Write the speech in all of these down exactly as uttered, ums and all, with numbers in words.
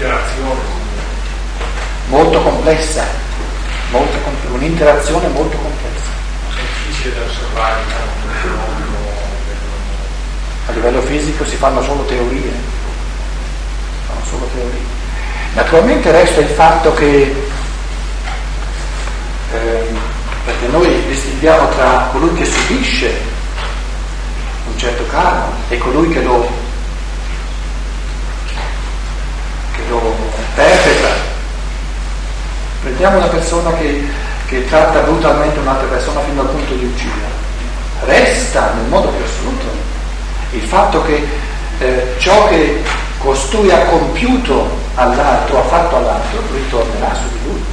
un'interazione molto complessa, molto compl- un'interazione molto complessa. difficile da osservare, a livello fisico si fanno solo teorie, fanno solo teorie. Naturalmente resta il fatto che ehm, perché noi distinguiamo tra colui che subisce un certo karma e colui che lo che lo perpetra. Prendiamo una persona che, che tratta brutalmente un'altra persona fino al punto di uccidere. Resta nel modo più assoluto il fatto che eh, ciò che costui ha compiuto all'altro, ha fatto all'altro, ritornerà su di lui.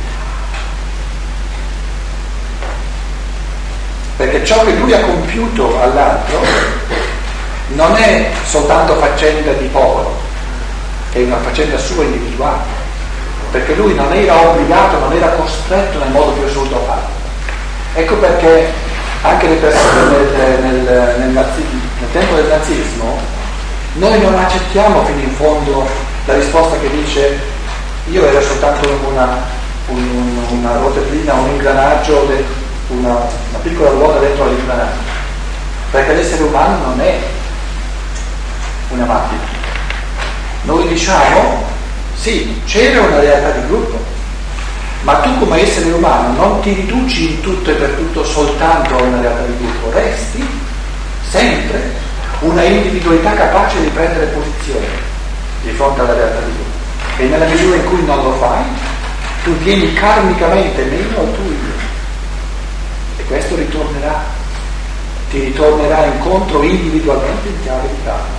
Perché ciò che lui ha compiuto all'altro non è soltanto faccenda di popolo, è una faccenda sua individuale. Perché lui non era obbligato, non era costretto nel modo più assoluto a farlo. Ecco perché anche le persone nel, nel, nel, nazismo, nel tempo del nazismo noi non accettiamo fino in fondo la risposta che dice io ero soltanto una, un, un, una rotellina, un ingranaggio, de, una, una piccola ruota dentro all'ingranaggio, perché l'essere umano non è una macchina. Noi diciamo sì, c'era una realtà di gruppo, ma tu come essere umano non ti riduci in tutto e per tutto soltanto a una realtà di gruppo, resti sempre una individualità capace di prendere posizione di fronte alla realtà di gruppo. E nella misura in cui non lo fai, tu vieni karmicamente meno al tuo io. E questo ritornerà, ti ritornerà incontro individualmente in chiave di karma.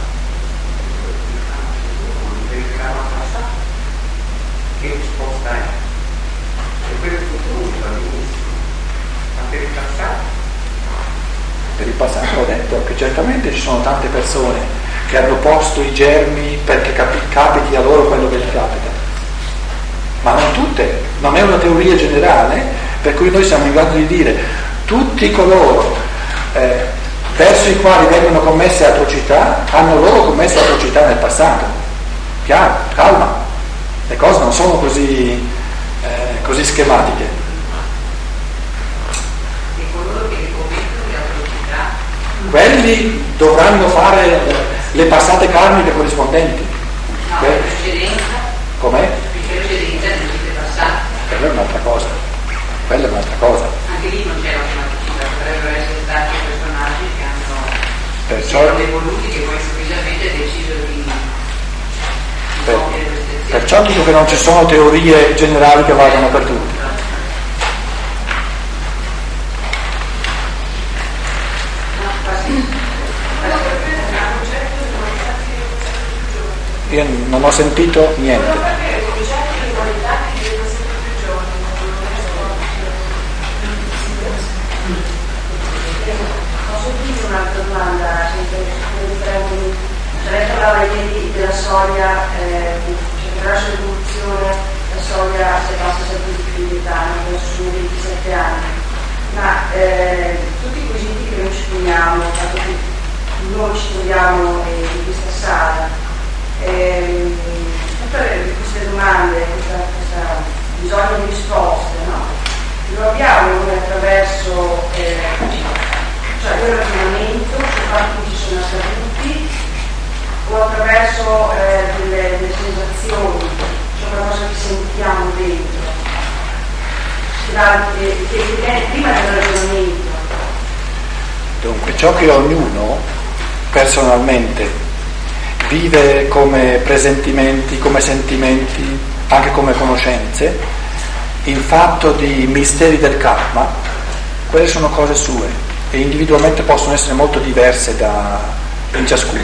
Che risposta è? E per il futuro va benissimo, ma per il passato? Per il passato ho detto che certamente ci sono tante persone che hanno posto i germi perché capi- capiti a loro quello che gli capita, ma non tutte, non è una teoria generale per cui noi siamo in grado di dire tutti coloro eh, verso i quali vengono commesse atrocità hanno loro commesso atrocità nel passato. Chiaro, calma. Le cose non sono così, eh, così schematiche. E coloro che commettono le atrocità? Quelli dovranno fare le passate karmiche corrispondenti. No, Beh, per precedenza? com'è? Per precedenza nelle vite passate. Quella è un'altra cosa. Quella è un'altra cosa. Anche lì non c'è l'automaticità, potrebbero essere stati personaggi che hanno Perciò, erano evoluti, che poi improvvisamente decisero di per, compiere queste azioni. perciò dico che non ci sono teorie generali che valgono per tutti. Io non ho sentito niente. Un'altra domanda, lei parlava ieri della soglia, eh, verso l'evoluzione, la soglia si passa sempre di più di età, adesso sono ventisette anni, ma eh, tutti i quesiti che noi ci poniamo, dato che noi ci troviamo eh, in questa sala, eh, tutte queste domande, questa, questa bisogno di risposte, no? Lo abbiamo noi attraverso eh, cioè il ragionamento sul fatto che ci sono accaduti o attraverso eh, delle, delle sensazioni, cioè qualcosa che sentiamo dentro, che, che, che viene prima del ragionamento. Dunque, ciò che ognuno personalmente vive come presentimenti, come sentimenti, anche come conoscenze, in fatto di misteri del karma, quelle sono cose sue e individualmente possono essere molto diverse da, in ciascuno.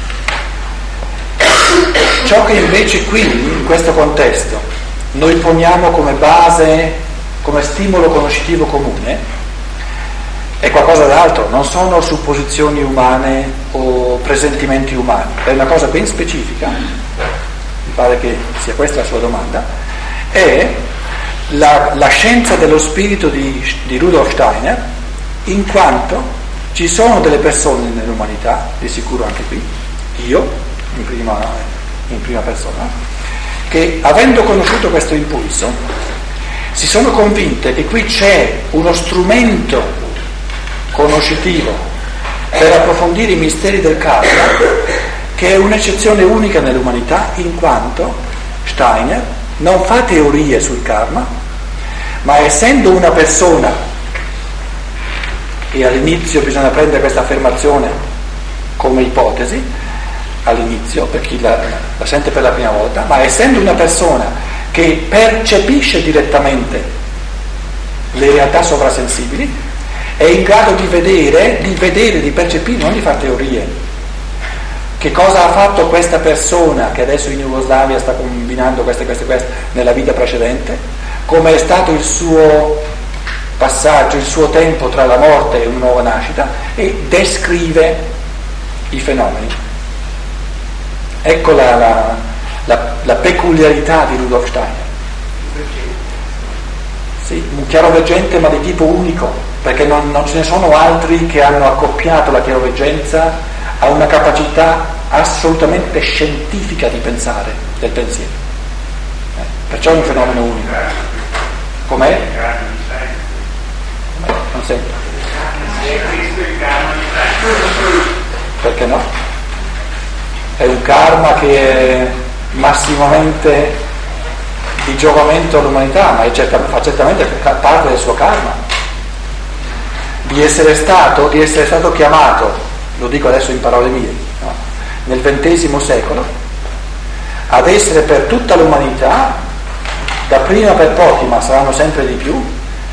Ciò che invece qui, in questo contesto, noi poniamo come base, come stimolo conoscitivo comune, è qualcosa d'altro, non sono supposizioni umane o presentimenti umani, è una cosa ben specifica, mi pare che sia questa la sua domanda, è la, la scienza dello spirito di, di Rudolf Steiner, in quanto ci sono delle persone nell'umanità, di sicuro anche qui, io in prima, in prima persona, che, avendo conosciuto questo impulso, si sono convinte che qui c'è uno strumento conoscitivo per approfondire i misteri del karma, che è un'eccezione unica nell'umanità, in quanto Steiner non fa teorie sul karma, ma essendo una persona, e all'inizio bisogna prendere questa affermazione come ipotesi, all'inizio, per chi la, la sente per la prima volta, ma essendo una persona che percepisce direttamente le realtà sovrasensibili, è in grado di vedere, di vedere, di percepire, non di fare teorie. Che cosa ha fatto questa persona che adesso in Jugoslavia sta combinando queste, queste, queste nella vita precedente? Come è stato il suo passaggio, il suo tempo tra la morte e una nuova nascita, e descrive i fenomeni. Ecco la, la, la, la peculiarità di Rudolf Steiner. Sì, un chiaroveggente ma di tipo unico, perché non, non ce ne sono altri che hanno accoppiato la chiaroveggenza a una capacità assolutamente scientifica di pensare, del pensiero. Eh, perciò è un fenomeno unico. Com'è? Non sento. Perché no? È un karma che è massimamente di giovamento all'umanità, ma è certamente, fa certamente parte del suo karma. Di essere stato, di essere stato chiamato, lo dico adesso in parole mie, no? Nel ventesimo secolo, ad essere per tutta l'umanità, dapprima per pochi, ma saranno sempre di più,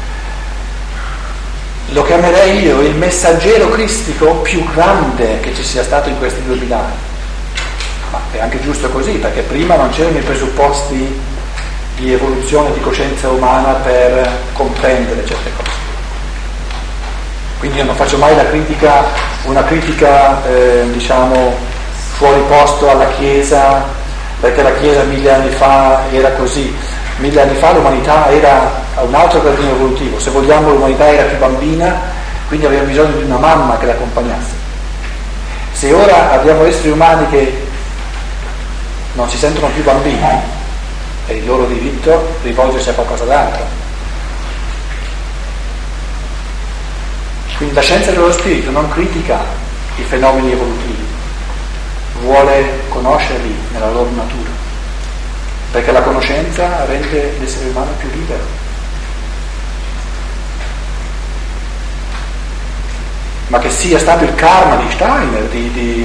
lo chiamerei io il messaggero cristico più grande che ci sia stato in questi duemila anni. Ma è anche giusto così, perché prima non c'erano i presupposti di evoluzione di coscienza umana per comprendere certe cose. Quindi io non faccio mai la critica, una critica eh, diciamo fuori posto alla Chiesa, perché la Chiesa mille anni fa era così. Mille anni fa l'umanità era a un altro gradino evolutivo, se vogliamo l'umanità era più bambina, quindi aveva bisogno di una mamma che l'accompagnasse. Se ora abbiamo esseri umani che non si sentono più bambini, è il loro diritto rivolgersi a qualcosa d'altro. Quindi la scienza dello spirito non critica i fenomeni evolutivi, vuole conoscerli nella loro natura, perché la conoscenza rende l'essere umano più libero. Ma che sia stato il karma di Steiner di, di,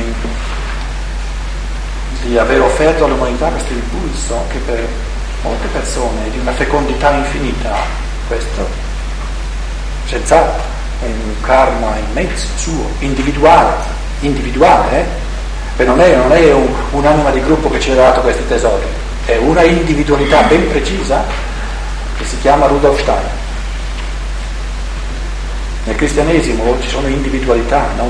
di aver offerto all'umanità questo impulso, che per molte persone è di una fecondità infinita, questo senz'altro è un karma immenso, suo, individuale, individuale, eh? Beh, non è, non è un, un'anima di gruppo che ci ha dato questi tesori, è una individualità ben precisa che si chiama Rudolf Steiner. Nel cristianesimo ci sono individualità, non...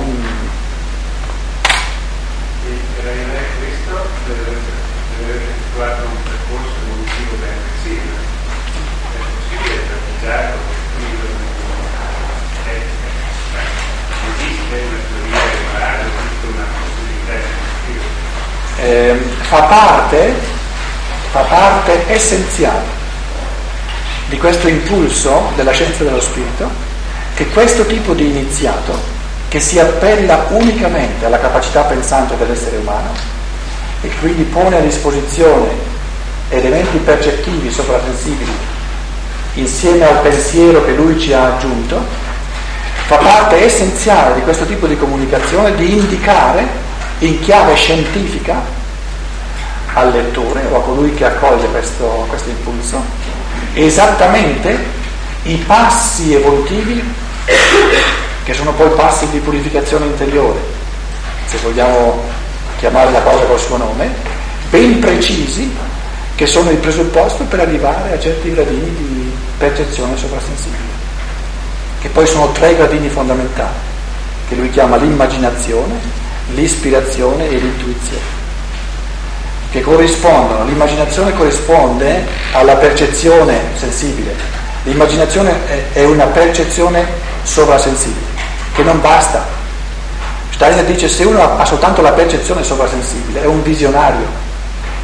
Per arrivare a questo deve aver effettuato un percorso evolutivo ben preciso. È possibile praticarlo, costruirlo nell'etica. Esiste una teoria regolare, esiste una possibilità di costruirlo. Eh, fa parte, fa parte essenziale di questo impulso della scienza dello spirito, che questo tipo di iniziato, che si appella unicamente alla capacità pensante dell'essere umano e quindi pone a disposizione elementi percettivi soprasensibili insieme al pensiero che lui ci ha aggiunto, fa parte essenziale di questo tipo di comunicazione di indicare in chiave scientifica al lettore o a colui che accoglie questo, questo impulso esattamente i passi evolutivi che sono poi passi di purificazione interiore, se vogliamo chiamare la cosa col suo nome, ben precisi, che sono il presupposto per arrivare a certi gradini di percezione sovrasensibile, che poi sono tre gradini fondamentali, che lui chiama l'immaginazione, l'ispirazione e l'intuizione, che corrispondono. L'immaginazione corrisponde alla percezione sensibile, l'immaginazione è una percezione sovrasensibile, che non basta. Steiner dice: se uno ha soltanto la percezione sovrasensibile è un visionario,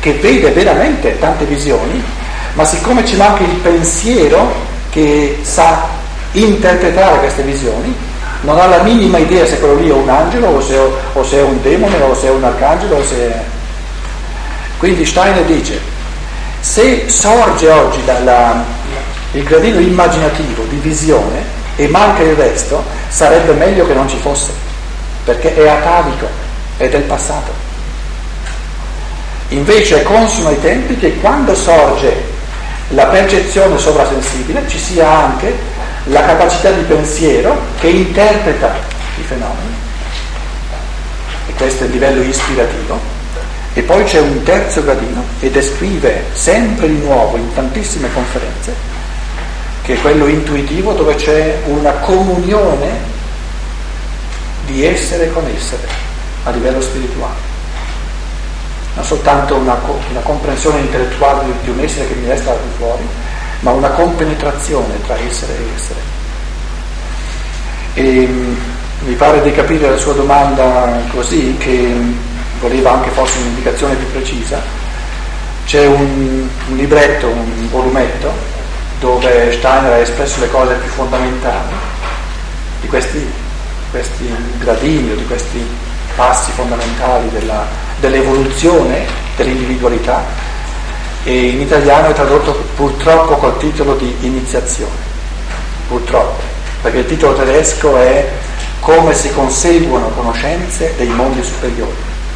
che vede veramente tante visioni, ma siccome ci manca il pensiero che sa interpretare queste visioni, non ha la minima idea se quello lì è un angelo o se, o se è un demone o se è un arcangelo o se è... Quindi Steiner dice, se sorge oggi dalla, il gradino immaginativo di visione e manca il resto, sarebbe meglio che non ci fosse, perché è atavico, è del passato. Invece è consono ai tempi che quando sorge la percezione sovrasensibile ci sia anche la capacità di pensiero che interpreta i fenomeni, e questo è il livello ispirativo, e poi c'è un terzo gradino e descrive sempre di nuovo in tantissime conferenze, che è quello intuitivo, dove c'è una comunione di essere con essere a livello spirituale, non soltanto una, una comprensione intellettuale di un essere che mi resta al di fuori, ma una compenetrazione tra essere e essere. E mi pare di capire la sua domanda così, che voleva anche forse un'indicazione più precisa. C'è un, un libretto, un volumetto, dove Steiner ha espresso le cose più fondamentali di questi, questi gradini o di questi passi fondamentali della, dell'evoluzione dell'individualità, e in italiano è tradotto purtroppo col titolo di Iniziazione, purtroppo, perché il titolo tedesco è Come si conseguono conoscenze dei mondi superiori,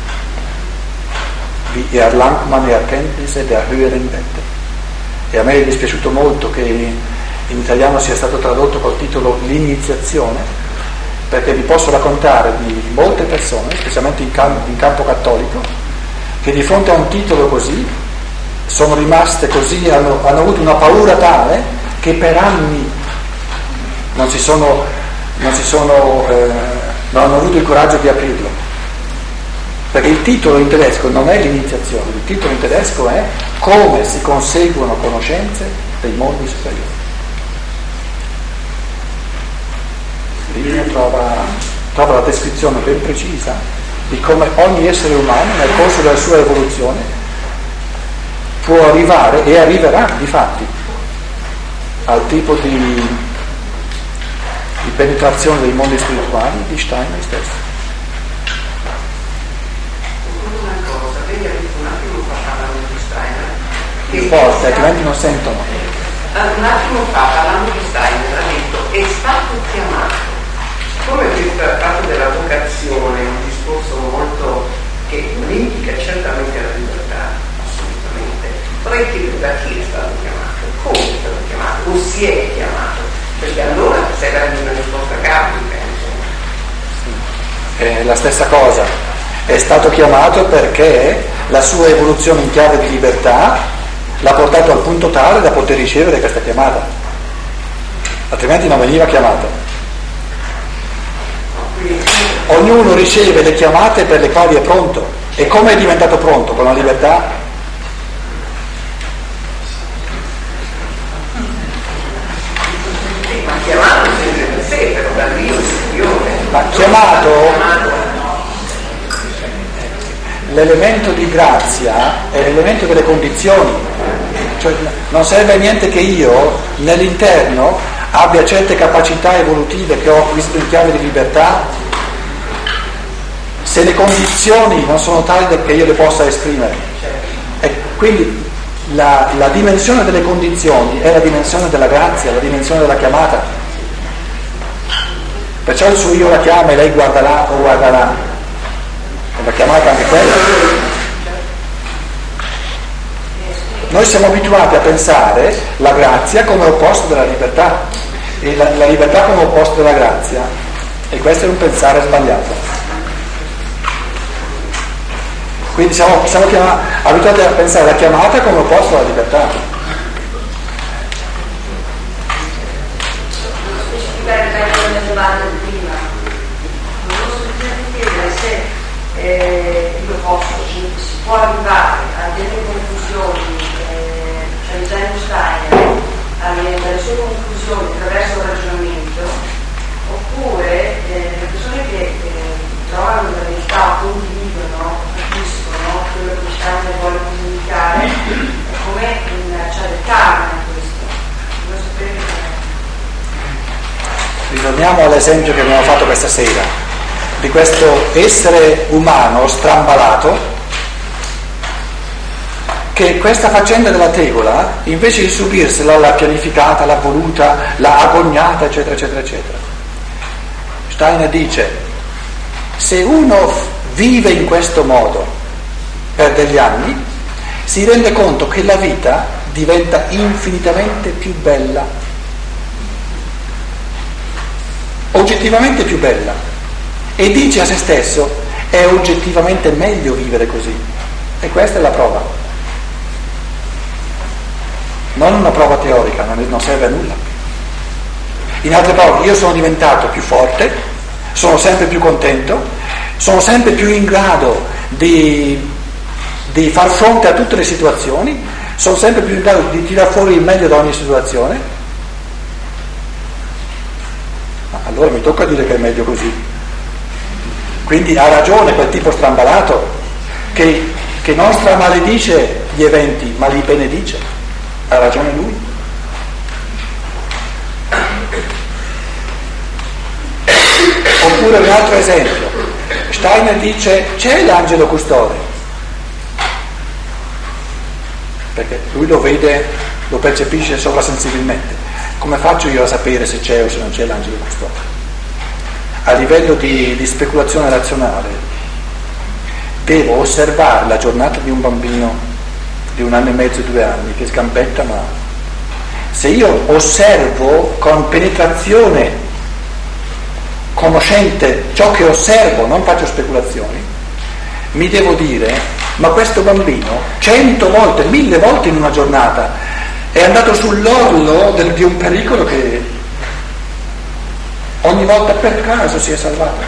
wie erlangt man Erkenntnisse der höheren Welt. E a me è dispiaciuto molto che in italiano sia stato tradotto col titolo L'Iniziazione, perché vi posso raccontare di molte persone, specialmente in campo, in campo cattolico, che di fronte a un titolo così sono rimaste così, hanno, hanno avuto una paura tale che per anni non si sono, non, si sono, eh, non hanno avuto il coraggio di aprirlo, perché il titolo in tedesco non è l'iniziazione, il titolo in tedesco è Come si conseguono conoscenze dei mondi superiori. Lì trova, trova la descrizione ben precisa di come ogni essere umano nel corso della sua evoluzione può arrivare e arriverà di fatti al tipo di, di penetrazione dei mondi spirituali di Steiner stesso. Una cosa, vedi, un attimo fa parlando di Steiner. Più forte, altrimenti non sentono. Un attimo fa parlando di Steiner ha detto è stato chiamato. Come questo fatto della vocazione, un discorso molto che non indica certamente la libertà, assolutamente. Vorrei chiedere da chi è stato chiamato, come è stato chiamato, o si è chiamato, perché allora serve una risposta cattolica, insomma. È la stessa cosa, è stato chiamato perché la sua evoluzione in chiave di libertà l'ha portato al punto tale da poter ricevere questa chiamata, altrimenti non veniva chiamato. Ognuno riceve le chiamate per le quali è pronto. E come è diventato pronto? Con la libertà? Ma chiamato sempre per sé, però da Dio superiore. Ma chiamato, l'elemento di grazia è l'elemento delle condizioni. Cioè, non serve a niente che io nell'interno abbia certe capacità evolutive che ho acquisito in chiave di libertà, se le condizioni non sono tali che io le possa esprimere. E quindi la, la dimensione delle condizioni è la dimensione della grazia, la dimensione della chiamata. Perciò il suo io la chiama e lei guarda là o guarda là. È la chiamata anche quella. Noi siamo abituati a pensare la grazia come opposto della libertà e la, la libertà come opposto della grazia, e questo è un pensare sbagliato. Quindi siamo, siamo chiamati, abituati a pensare la chiamata come opposto alla libertà. Specificare la domanda di prima, non so chiedere se eh, io posso, si, si può arrivare a delle conclusioni, eh, cioè James Steiner, alle, alle sue conclusioni attraverso il ragionamento, oppure eh, le persone che eh, trovano la verità, condividono, capiscono quello che Steiner vuole comunicare torniamo all'esempio che abbiamo fatto questa sera, di questo essere umano strambalato, che questa faccenda della tegola, invece di subirsela, l'ha pianificata, l'ha voluta, l'ha agognata, eccetera, eccetera, eccetera. Steiner dice, se uno vive in questo modo per degli anni, si rende conto che la vita diventa infinitamente più bella, oggettivamente più bella, e dice a se stesso, è oggettivamente meglio vivere così. E questa è la prova. Non una prova teorica, non serve a nulla. In altre parole, io sono diventato più forte, sono sempre più contento, sono sempre più in grado di, di far fronte a tutte le situazioni, sono sempre più in grado di tirar fuori il meglio da ogni situazione. Ma allora mi tocca dire che è meglio così. Quindi ha ragione quel tipo strambalato che, che non stramaledice gli eventi, ma li benedice. Ha ragione lui. Oppure un altro esempio, Steiner dice c'è l'angelo custode, perché lui lo vede, lo percepisce sovrasensibilmente. Come faccio io a sapere se c'è o se non c'è l'angelo custode? A livello di, di speculazione razionale devo osservare la giornata di un bambino di un anno e mezzo, due anni, che sgambetta, ma se io osservo con penetrazione conoscente ciò che osservo, non faccio speculazioni, mi devo dire, ma questo bambino cento volte, mille volte in una giornata è andato sull'orlo del, di un pericolo che ogni volta per caso si è salvato.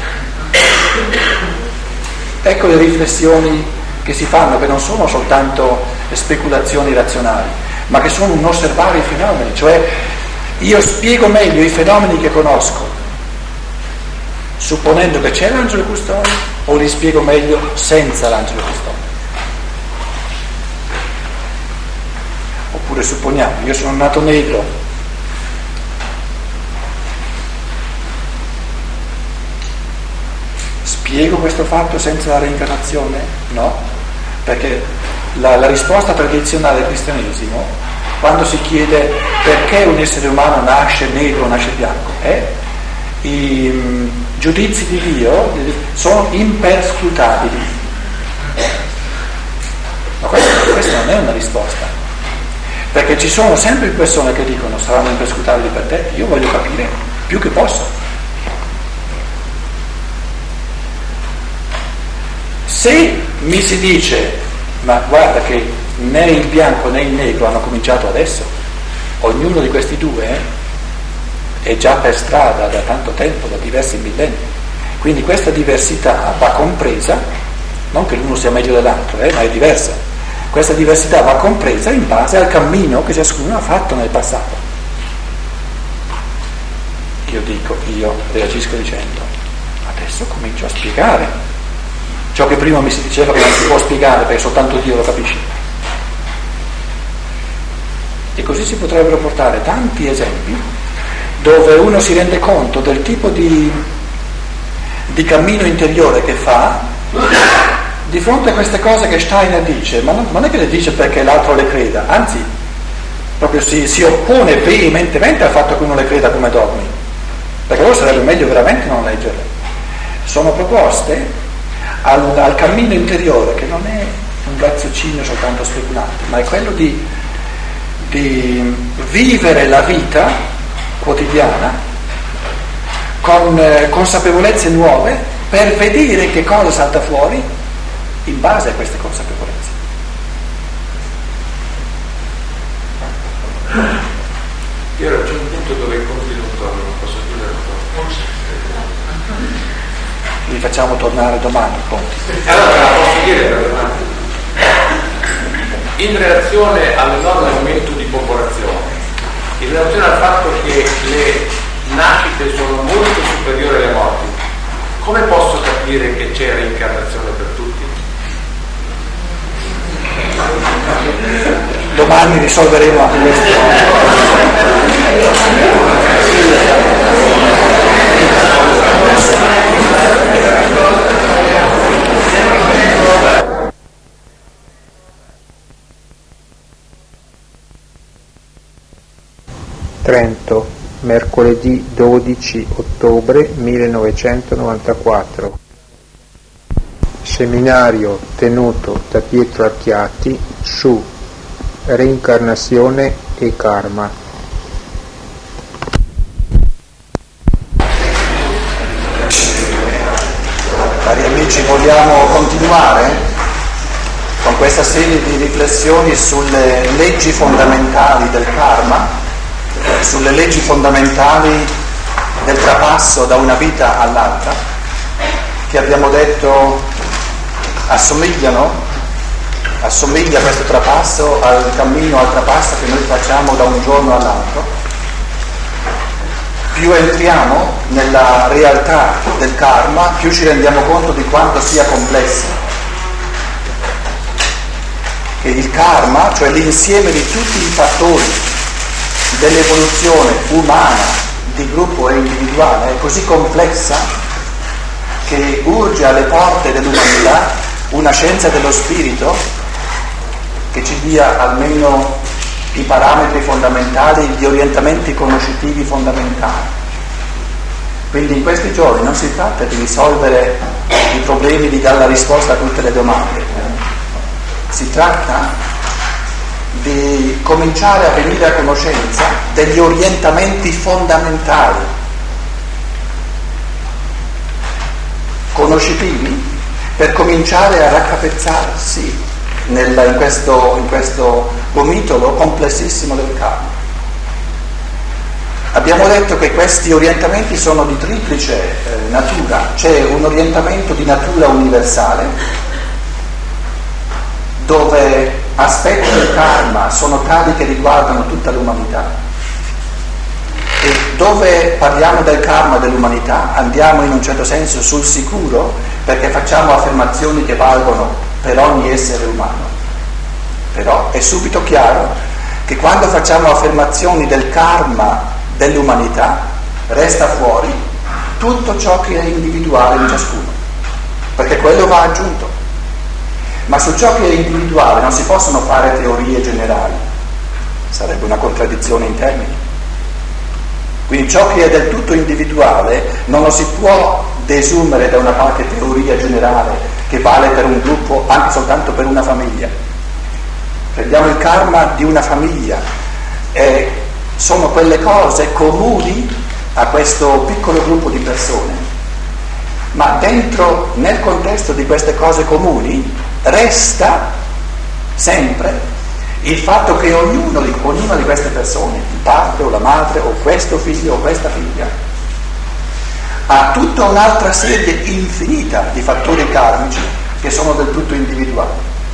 Ecco le riflessioni che si fanno, che non sono soltanto speculazioni razionali, ma che sono un osservare i fenomeni, cioè io spiego meglio i fenomeni che conosco supponendo che c'è l'angelo custode, o li spiego meglio senza l'angelo custode. Oppure supponiamo, io sono nato negro, spiego questo fatto senza la reincarnazione? No, perché la, la risposta tradizionale del cristianesimo, quando si chiede perché un essere umano nasce negro o nasce bianco, è i um, giudizi di Dio sono imperscrutabili. Ma questa, questa non è una risposta, perché ci sono sempre persone che dicono saranno imperscrutabili per te. Io voglio capire più che posso. Se mi si dice ma guarda che né il bianco né il negro hanno cominciato adesso, ognuno di questi due è già per strada da tanto tempo, da diversi millenni, quindi questa diversità va compresa, non che l'uno sia meglio dell'altro, eh, ma è diversa, questa diversità va compresa in base al cammino che ciascuno ha fatto nel passato. Io dico, io reagisco dicendo adesso comincio a spiegare ciò che prima mi si diceva che non si può spiegare perché soltanto Dio lo capisce. E così si potrebbero portare tanti esempi dove uno si rende conto del tipo di, di cammino interiore che fa di fronte a queste cose che Steiner dice, ma non, non è che le dice perché l'altro le creda, anzi proprio si, si oppone veementemente al fatto che uno le creda come dogmi, perché allora sarebbe meglio veramente non leggerle. Sono proposte al, al cammino interiore che non è un raziocinio soltanto speculante, ma è quello di, di vivere la vita quotidiana con eh, consapevolezze nuove per vedere che cosa salta fuori in base a queste consapevolezze. Io ero già un punto dove incontri non torno, non posso più le Li facciamo tornare domani i conti. Allora posso dire per domani. In relazione all'enorme aumento di popolazione, in relazione al fatto che le nascite sono molto superiori alle morti, come posso capire che c'è reincarnazione per tutti? Domani risolveremo anche questo. Trento, mercoledì dodici ottobre millenovecentonovantaquattro. Seminario tenuto da Pietro Archiati su reincarnazione e karma. Cari amici, vogliamo continuare con questa serie di riflessioni sulle leggi fondamentali del karma, sulle leggi fondamentali del trapasso da una vita all'altra, che abbiamo detto assomigliano, assomiglia questo trapasso al cammino, al trapasso che noi facciamo da un giorno all'altro. Più entriamo nella realtà del karma, più ci rendiamo conto di quanto sia complessa. Che il karma, cioè l'insieme di tutti i fattori dell'evoluzione umana, di gruppo e individuale, è così complessa che urge alle porte dell'umanità una scienza dello spirito che ci dia almeno i parametri fondamentali, gli orientamenti conoscitivi fondamentali. Quindi in questi giorni non si tratta di risolvere i problemi, di dare la risposta a tutte le domande, si tratta di cominciare a venire a conoscenza degli orientamenti fondamentali, conoscitivi, per cominciare a raccapezzarsi nel, in, questo, in questo gomitolo complessissimo del karma. Abbiamo detto che questi orientamenti sono di triplice eh, natura. C'è un orientamento di natura universale, dove aspetti del karma sono tali che riguardano tutta l'umanità, e dove parliamo del karma dell'umanità andiamo in un certo senso sul sicuro, perché facciamo affermazioni che valgono per ogni essere umano. Però è subito chiaro che quando facciamo affermazioni del karma dell'umanità resta fuori tutto ciò che è individuale in ciascuno, perché quello va aggiunto. Ma su ciò che è individuale non si possono fare teorie generali, sarebbe una contraddizione in termini. Quindi ciò che è del tutto individuale non lo si può desumere da una qualche teoria generale che vale per un gruppo, anche soltanto per una famiglia. Prendiamo il karma di una famiglia, e sono quelle cose comuni a questo piccolo gruppo di persone, ma dentro, nel contesto di queste cose comuni, resta sempre il fatto che ognuno di, ognuna di queste persone, il padre o la madre o questo figlio o questa figlia, ha tutta un'altra serie infinita di fattori karmici che sono del tutto individuali.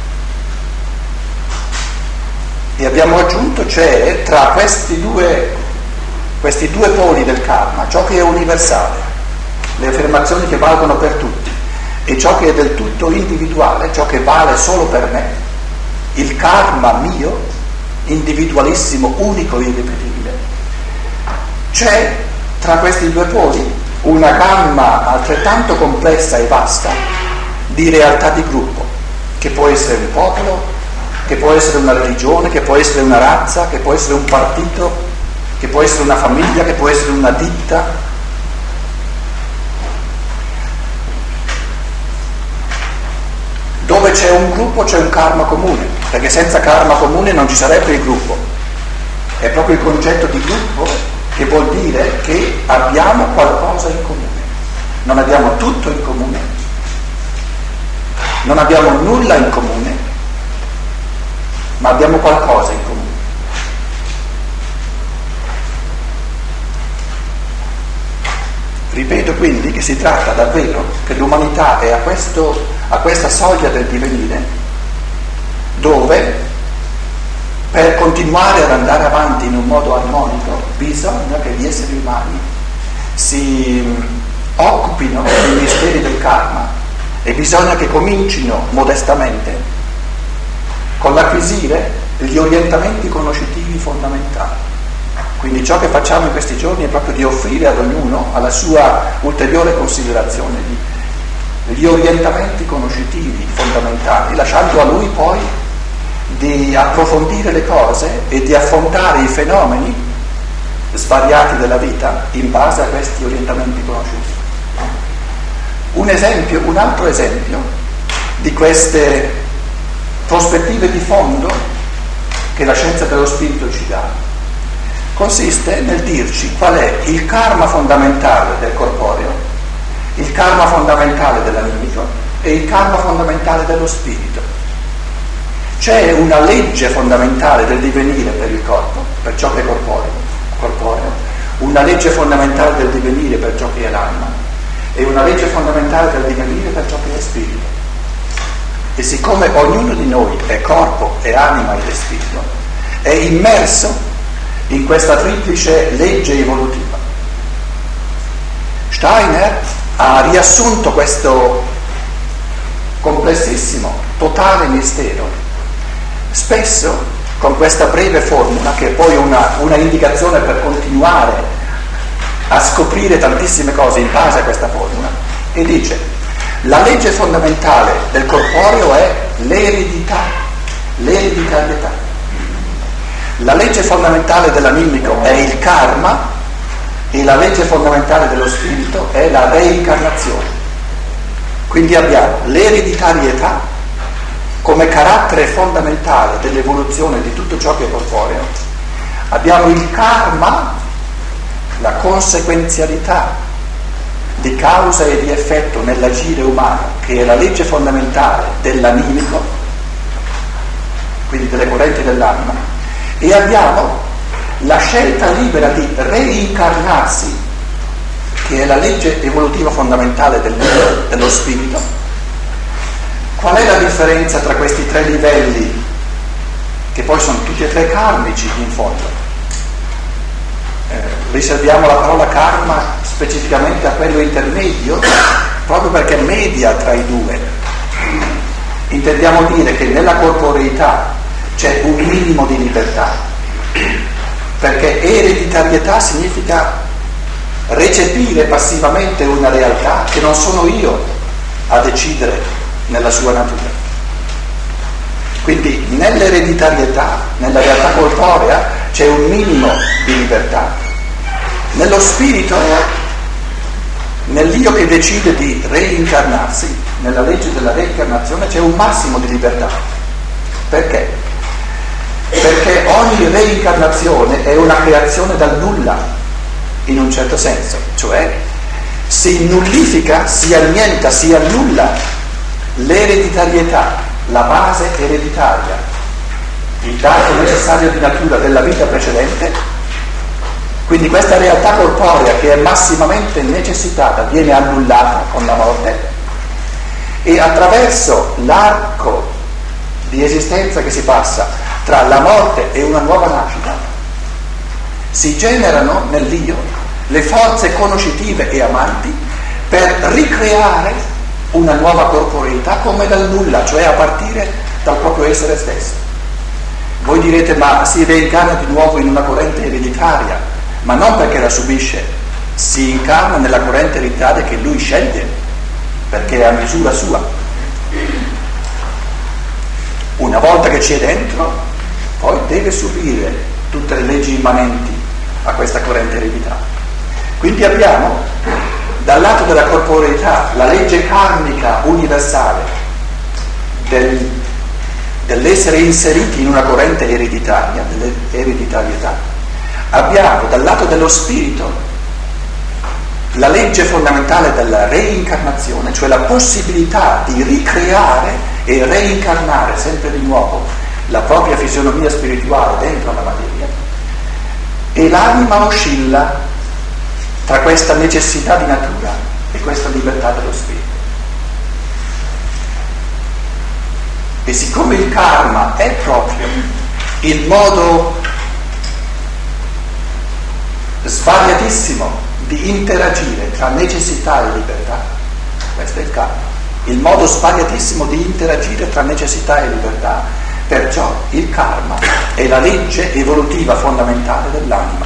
E abbiamo aggiunto c'è tra questi due, questi due poli del karma ciò che è universale, le affermazioni che valgono per tutti, e ciò che è del tutto individuale, ciò che vale solo per me, il karma mio, individualissimo, unico e irripetibile. C'è tra questi due poli una gamma altrettanto complessa e vasta di realtà di gruppo, che può essere un popolo, che può essere una religione, che può essere una razza, che può essere un partito, che può essere una famiglia, che può essere una ditta. Dove c'è un gruppo c'è un karma comune, perché senza karma comune non ci sarebbe il gruppo. È proprio il concetto di gruppo che vuol dire che abbiamo qualcosa in comune. Non abbiamo tutto in comune, non abbiamo nulla in comune, ma abbiamo qualcosa in comune. Ripeto quindi che si tratta davvero che l'umanità è a, questo, a questa soglia del divenire, dove per continuare ad andare avanti in un modo armonico bisogna che gli esseri umani si occupino dei misteri del karma, e bisogna che comincino modestamente con l'acquisire gli orientamenti conoscitivi fondamentali. Quindi ciò che facciamo in questi giorni è proprio di offrire ad ognuno, alla sua ulteriore considerazione, gli orientamenti conoscitivi fondamentali, lasciando a lui poi di approfondire le cose e di affrontare i fenomeni svariati della vita in base a questi orientamenti conosciuti. Un esempio, un altro esempio di queste prospettive di fondo che la scienza dello spirito ci dà consiste nel dirci qual è il karma fondamentale del corporeo, il karma fondamentale dell'animico e il karma fondamentale dello spirito. C'è una legge fondamentale del divenire per il corpo, per ciò che è corporeo, corporeo, una legge fondamentale del divenire per ciò che è l'anima e una legge fondamentale del divenire per ciò che è spirito. E siccome ognuno di noi è corpo, è anima ed è spirito, è immerso in questa triplice legge evolutiva. Steiner ha riassunto questo complessissimo, totale mistero, spesso con questa breve formula, che è poi una, una indicazione per continuare a scoprire tantissime cose in base a questa formula, e dice: la legge fondamentale del corporeo è l'eredità, l'ereditarietà. La legge fondamentale dell'animico è il karma e la legge fondamentale dello spirito è la reincarnazione. Quindi abbiamo l'ereditarietà come carattere fondamentale dell'evoluzione di tutto ciò che è corporeo, abbiamo il karma, la conseguenzialità di causa e di effetto nell'agire umano, che è la legge fondamentale dell'animico, quindi delle correnti dell'anima, e abbiamo la scelta libera di reincarnarsi, che è la legge evolutiva fondamentale del, dello spirito. Qual è la differenza tra questi tre livelli, che poi sono tutti e tre karmici in fondo? Eh, riserviamo la parola karma specificamente a quello intermedio, proprio perché media tra i due. Intendiamo dire che nella corporeità c'è un minimo di libertà, perché ereditarietà significa recepire passivamente una realtà che non sono io a decidere nella sua natura. Quindi nell'ereditarietà, nella realtà corporea, c'è un minimo di libertà. Nello spirito, nell'io che decide di reincarnarsi, nella legge della reincarnazione, c'è un massimo di libertà. Perché? Perché ogni reincarnazione è una creazione dal nulla, in un certo senso, cioè si nullifica, si annienta, si annulla l'ereditarietà, la base ereditaria, il dato necessario di natura della vita precedente. Quindi questa realtà corporea, che è massimamente necessitata, viene annullata con la morte, e attraverso l'arco di esistenza che si passa tra la morte e una nuova nascita si generano nell'io le forze conoscitive e amanti per ricreare una nuova corporeità come dal nulla, cioè a partire dal proprio essere stesso. Voi direte: ma si reincarna di nuovo in una corrente ereditaria? Ma non perché la subisce, si incarna nella corrente ereditaria che lui sceglie, perché è a misura sua. Una volta che ci è dentro, poi deve subire tutte le leggi immanenti a questa corrente ereditaria. Quindi abbiamo dal lato della corporeità la legge karmica universale del, dell'essere inseriti in una corrente ereditaria, dell'ereditarietà. Abbiamo dal lato dello spirito la legge fondamentale della reincarnazione, cioè la possibilità di ricreare e reincarnare sempre di nuovo la propria fisionomia spirituale dentro la materia, e l'anima oscilla tra questa necessità di natura e questa libertà dello spirito. E siccome il karma è proprio il modo svariatissimo di interagire tra necessità e libertà, questo è il karma, il modo svariatissimo di interagire tra necessità e libertà, perciò il karma è la legge evolutiva fondamentale dell'anima.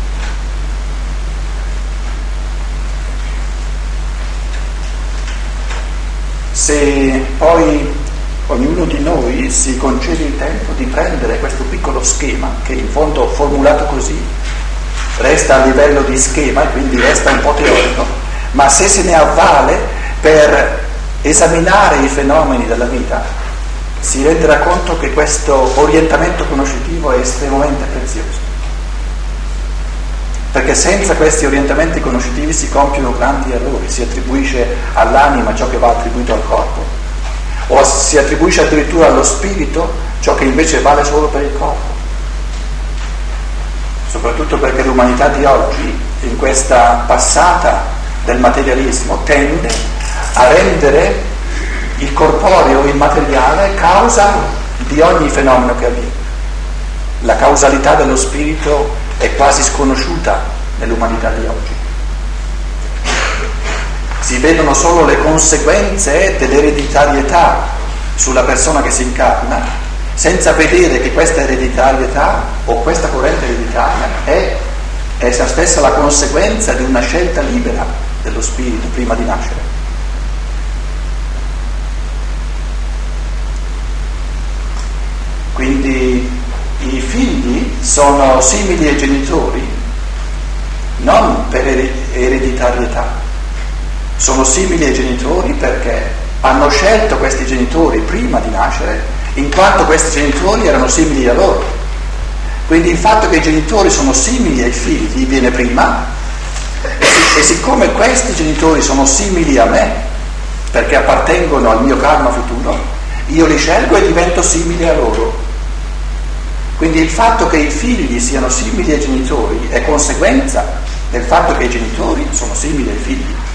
Se poi ognuno di noi si concede il tempo di prendere questo piccolo schema, che in fondo formulato così resta a livello di schema e quindi resta un po' teorico, ma se se ne avvale per esaminare i fenomeni della vita, si renderà conto che questo orientamento conoscitivo è estremamente prezioso. Perché senza questi orientamenti conoscitivi si compiono grandi errori, si attribuisce all'anima ciò che va attribuito al corpo, o si attribuisce addirittura allo spirito ciò che invece vale solo per il corpo. Soprattutto perché l'umanità di oggi, in questa passata del materialismo, tende a rendere il corporeo, il materiale, causa di ogni fenomeno che avviene. La causalità dello spirito è quasi sconosciuta nell'umanità di oggi. Si vedono solo le conseguenze dell'ereditarietà sulla persona che si incarna, senza vedere che questa ereditarietà o questa corrente ereditaria è essa stessa la conseguenza di una scelta libera dello spirito prima di nascere. Quindi i figli sono simili ai genitori non per ereditarietà, sono simili ai genitori perché hanno scelto questi genitori prima di nascere, in quanto questi genitori erano simili a loro. Quindi il fatto che i genitori sono simili ai figli viene prima, e siccome questi genitori sono simili a me, perché appartengono al mio karma futuro, io li scelgo e divento simile a loro. Quindi il fatto che i figli siano simili ai genitori è conseguenza del fatto che i genitori sono simili ai figli.